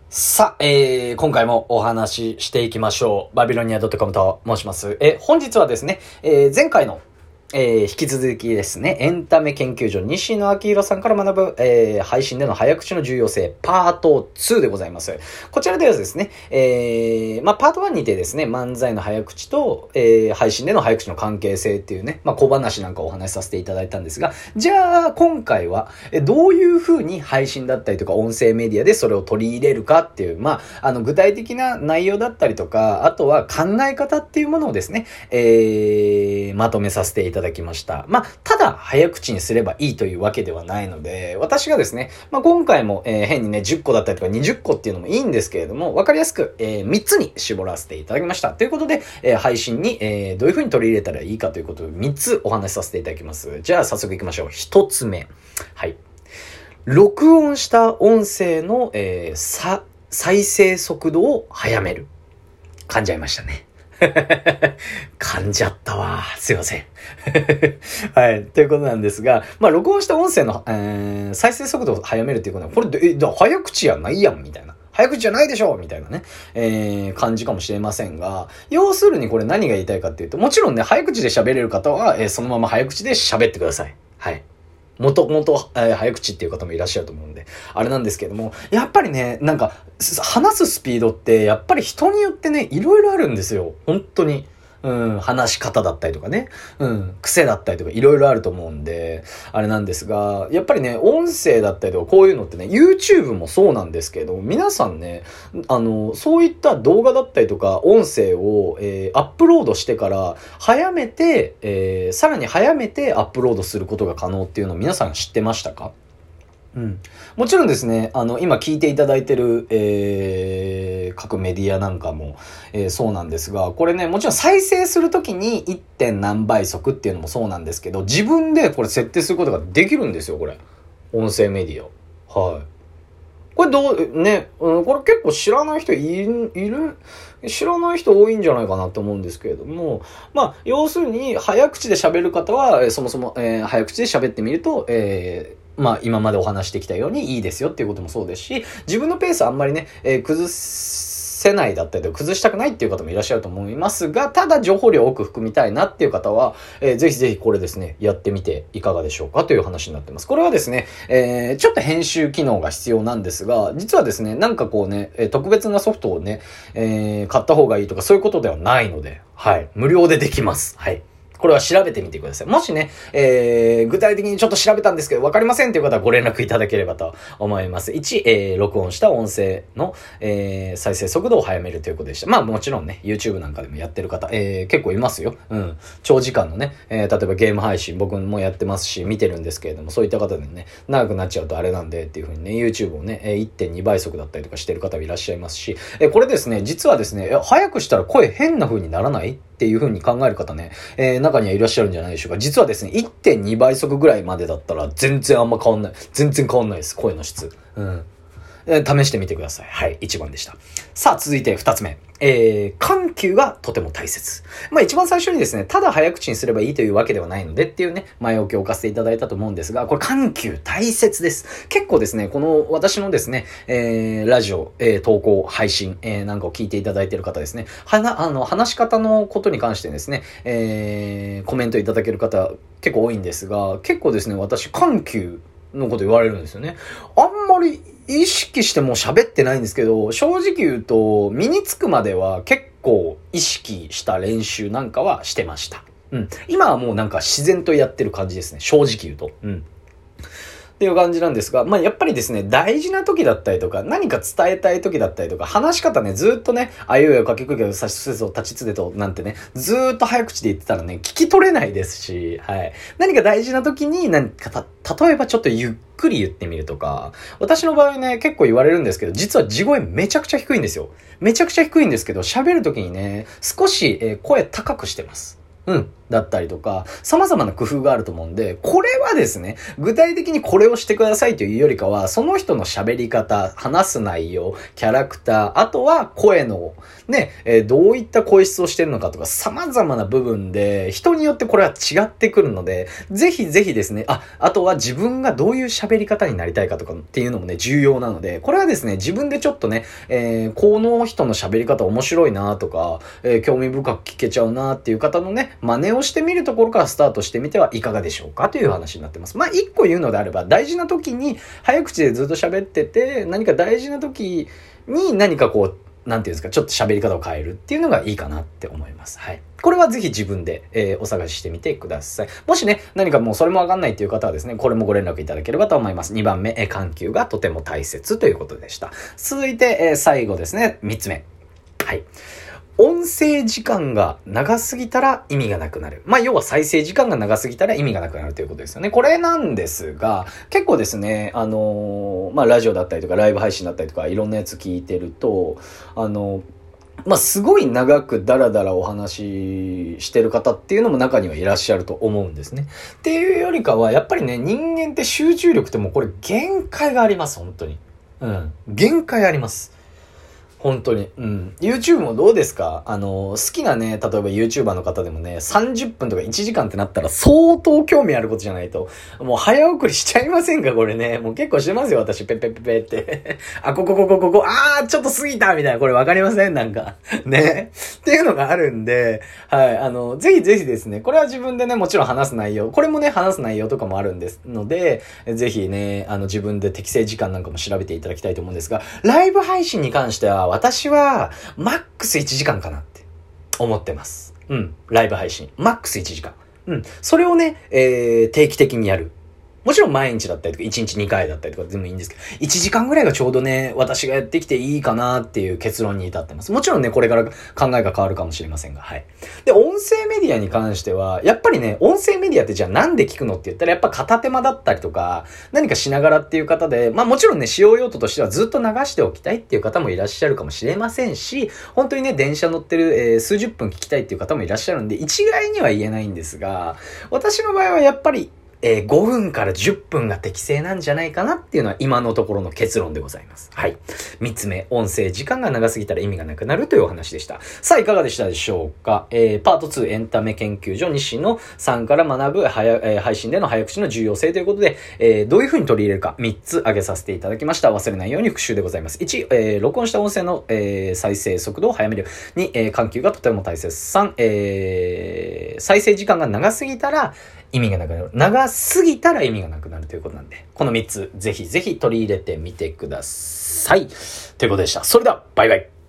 さあ、今回もお話ししていきましょう。バビロニア .com と申します。本日はですね、前回の引き続きですね、エンタメ研究所西野昭弘さんから学ぶ、配信での早口の重要性パート2でございます。こちらではですね、パート1にてですね、漫才の早口と、配信での早口の関係性っていうね、小話なんかお話しさせていただいたんですが、じゃあ今回はどういう風に配信だったりとか音声メディアでそれを取り入れるかっていう、具体的な内容だったりとか、あとは考え方っていうものをですね、まとめさせていただきました。ただ早口にすればいいというわけではないので、私がですね、今回も、変にね、10個だったりとか20個っていうのもいいんですけれども、わかりやすく、3つに絞らせていただきました。ということで、配信に、どういう風に取り入れたらいいかということを3つお話しさせていただきます。じゃあ早速行きましょう。1つ目。はい。録音した音声の、再生速度を速める。噛んじゃいましたね。噛んじゃったわ。すいません。はい。ということなんですが、録音した音声の、再生速度を速めるということは、これで、早口やないやん、みたいな。早口じゃないでしょみたいなね、感じかもしれませんが、要するにこれ何が言いたいかっていうと、もちろんね、早口で喋れる方は、そのまま早口で喋ってください。はい。もともと早口っていう方もいらっしゃると思うんで、あれなんですけども、やっぱりね、話すスピードって、やっぱり人によってね、いろいろあるんですよ。本当に。話し方だったりとかね。癖だったりとかいろいろあると思うんで、あれなんですが、やっぱりね、音声だったりとかこういうのってね、YouTube もそうなんですけど、皆さんね、そういった動画だったりとか音声を、アップロードしてから、早めて、さらに早めてアップロードすることが可能っていうのを皆さん知ってましたか？もちろんですね、今聞いていただいてる、各メディアなんかも、そうなんですが、これね、もちろん再生するときに 1. 点何倍速っていうのもそうなんですけど、自分でこれ設定することができるんですよ、これ。音声メディア。はい。これこれ結構知らない人知らない人多いんじゃないかなと思うんですけれども、要するに、早口で喋る方は、そもそも、早口で喋ってみると、今までお話してきたようにいいですよっていうこともそうですし、自分のペースあんまりね、崩せないだったりとか崩したくないっていう方もいらっしゃると思いますが、ただ情報量を多く含みたいなっていう方は、ぜひぜひこれですね、やってみていかがでしょうかという話になってます。これはですね、ちょっと編集機能が必要なんですが、実はですね、特別なソフトをね、買った方がいいとかそういうことではないので、はい、無料でできます。はい。これは調べてみてください。もしね、具体的にちょっと調べたんですけど、わかりませんという方はご連絡いただければと思います。1、録音した音声の、再生速度を速めるということでした。もちろんね、YouTube なんかでもやってる方、結構いますよ。長時間のね、例えばゲーム配信、僕もやってますし、見てるんですけれども、そういった方でね、長くなっちゃうとあれなんでっていう風にね、YouTube をね、1.2 倍速だったりとかしてる方もいらっしゃいますし、これですね、実はですね、早くしたら声変な風にならないっていう風に考える方ね、中にはいらっしゃるんじゃないでしょうか。実はですね、1.2 倍速ぐらいまでだったら全然あんま変わんない。全然変わんないです。声の質。試してみてください。はい、1番でした。さあ、続いて2つ目。緩急がとても大切。一番最初にですね、ただ早口にすればいいというわけではないのでっていうね、前置きを置かせていただいたと思うんですが、これ緩急大切です。結構ですね、この私のですね、ラジオ、投稿、配信、なんかを聞いていただいている方ですね、話し方のことに関してですね、コメントいただける方結構多いんですが、結構ですね、私緩急のこと言われるんですよね。あんまり意識しても喋ってないんですけど、正直言うと身につくまでは結構意識した練習なんかはしてました。今はもう自然とやってる感じですね。正直言うと。っていう感じなんですが、やっぱりですね、大事な時だったりとか、何か伝えたい時だったりとか、話し方ね、ずっとね、あいうえをかきくけをさしつつを立ちつでとなんてね、ずーっと早口で言ってたらね、聞き取れないですし、はい。何か大事な時に例えばちょっとゆっくり言ってみるとか、私の場合ね、結構言われるんですけど、実は地声めちゃくちゃ低いんですよ。めちゃくちゃ低いんですけど、喋る時にね、少し、声高くしてます。 だったりとか、様々な工夫があると思うんで、これはですね、具体的にこれをしてくださいというよりかは、その人の喋り方、話す内容、キャラクター、あとは声の、ね、どういった声質をしてるのかとか、様々な部分で、人によってこれは違ってくるので、ぜひぜひですね、あとは自分がどういう喋り方になりたいかとかっていうのもね、重要なので、これはですね、自分でちょっとね、この人の喋り方面白いなとか、興味深く聞けちゃうなっていう方のね、真似をしてみるところからスタートしてみてはいかがでしょうかという話になってます。一個言うのであれば、大事な時に早口でずっと喋ってて、何か大事な時に何かこう、なんていうんですか、ちょっと喋り方を変えるっていうのがいいかなって思います。はい。これはぜひ自分で、お探ししてみてください。もしね、何かもうそれもわかんないっていう方はですね、これもご連絡いただければと思います。2番目、緩急がとても大切ということでした。続いて、最後ですね、3つ目。はい。音声時間が長すぎたら意味がなくなる。要は再生時間が長すぎたら意味がなくなるということですよね。これなんですが、結構ですね、ラジオだったりとかライブ配信だったりとかいろんなやつ聞いてると、すごい長くダラダラお話ししてる方っていうのも中にはいらっしゃると思うんですね。っていうよりかは、やっぱりね、人間って集中力ってもうこれ限界があります、本当に。限界あります。本当に。YouTube もどうですか？好きなね、例えば YouTuber の方でもね、30分とか1時間ってなったら相当興味あることじゃないと、もう早送りしちゃいませんか？これね。もう結構してますよ、私。ペッペッペッペって。ここ、ちょっと過ぎたみたいな。これわかりません？なんか。ね。っていうのがあるんで、はい。ぜひぜひですね、これは自分でね、もちろん話す内容、これもね、話す内容とかもあるんですので、ぜひね、自分で適正時間なんかも調べていただきたいと思うんですが、ライブ配信に関しては、私は、マックス1時間かなって思ってます。ライブ配信。マックス1時間。それをね、定期的にやる。もちろん毎日だったりとか、1日2回だったりとかでもいいんですけど、1時間ぐらいがちょうどね、私がやってきていいかなっていう結論に至ってます。もちろんね、これから考えが変わるかもしれませんが、はい。で、音声メディアに関しては、やっぱりね、音声メディアってじゃあなんで聞くのって言ったら、やっぱ片手間だったりとか、何かしながらっていう方で、もちろんね、使用用途としてはずっと流しておきたいっていう方もいらっしゃるかもしれませんし、本当にね、電車乗ってる、数十分聞きたいっていう方もいらっしゃるんで、一概には言えないんですが、私の場合はやっぱり、5分から10分が適正なんじゃないかなっていうのは今のところの結論でございます。はい。3つ目、音声時間が長すぎたら意味がなくなるというお話でした。さあ、いかがでしたでしょうか？パート2エンタメ研究所西野さんから学ぶ配信での早口の重要性ということで、どういう風に取り入れるか3つ挙げさせていただきました。忘れないように復習でございます。1、録音した音声の、再生速度を早める。2、緩急がとても大切。3、再生時間が長すぎたら意味がなくなる。長すぎたら意味がなくなるということなんで、この3つぜひぜひ取り入れてみてください。ということでした。それでは、バイバイ。